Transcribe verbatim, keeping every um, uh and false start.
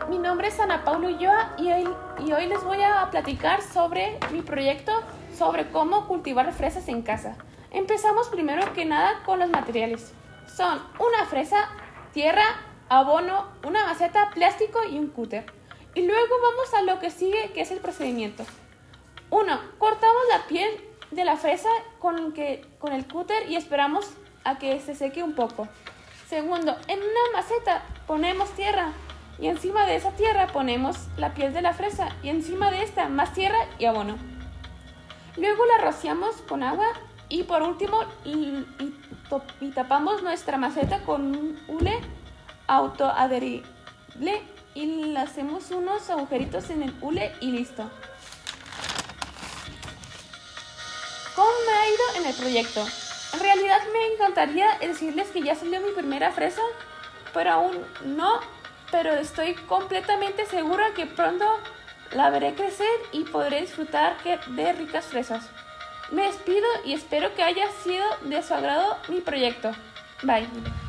mi nombre es Ana Paula Ulloa y hoy, y hoy les voy a platicar sobre mi proyecto sobre cómo cultivar fresas en casa. Empezamos primero que nada con los materiales. Son una fresa, tierra, abono, una maceta, plástico y un cúter. Y luego vamos a lo que sigue, que es el procedimiento. uno. Cortamos la piel de la fresa con, que, con el cúter y esperamos a que se seque un poco. Segundo, en una maceta ponemos tierra y encima de esa tierra ponemos la piel de la fresa y encima de esta más tierra y abono. Luego la rociamos con agua y por último y, y, y tapamos nuestra maceta con un hule autoadherible y le hacemos unos agujeritos en el hule y listo. ¿Cómo me ha ido en el proyecto? En realidad me encantaría decirles que ya salió mi primera fresa, pero aún no, pero estoy completamente segura que pronto la veré crecer y podré disfrutar de ricas fresas. Me despido y espero que haya sido de su agrado mi proyecto. Bye.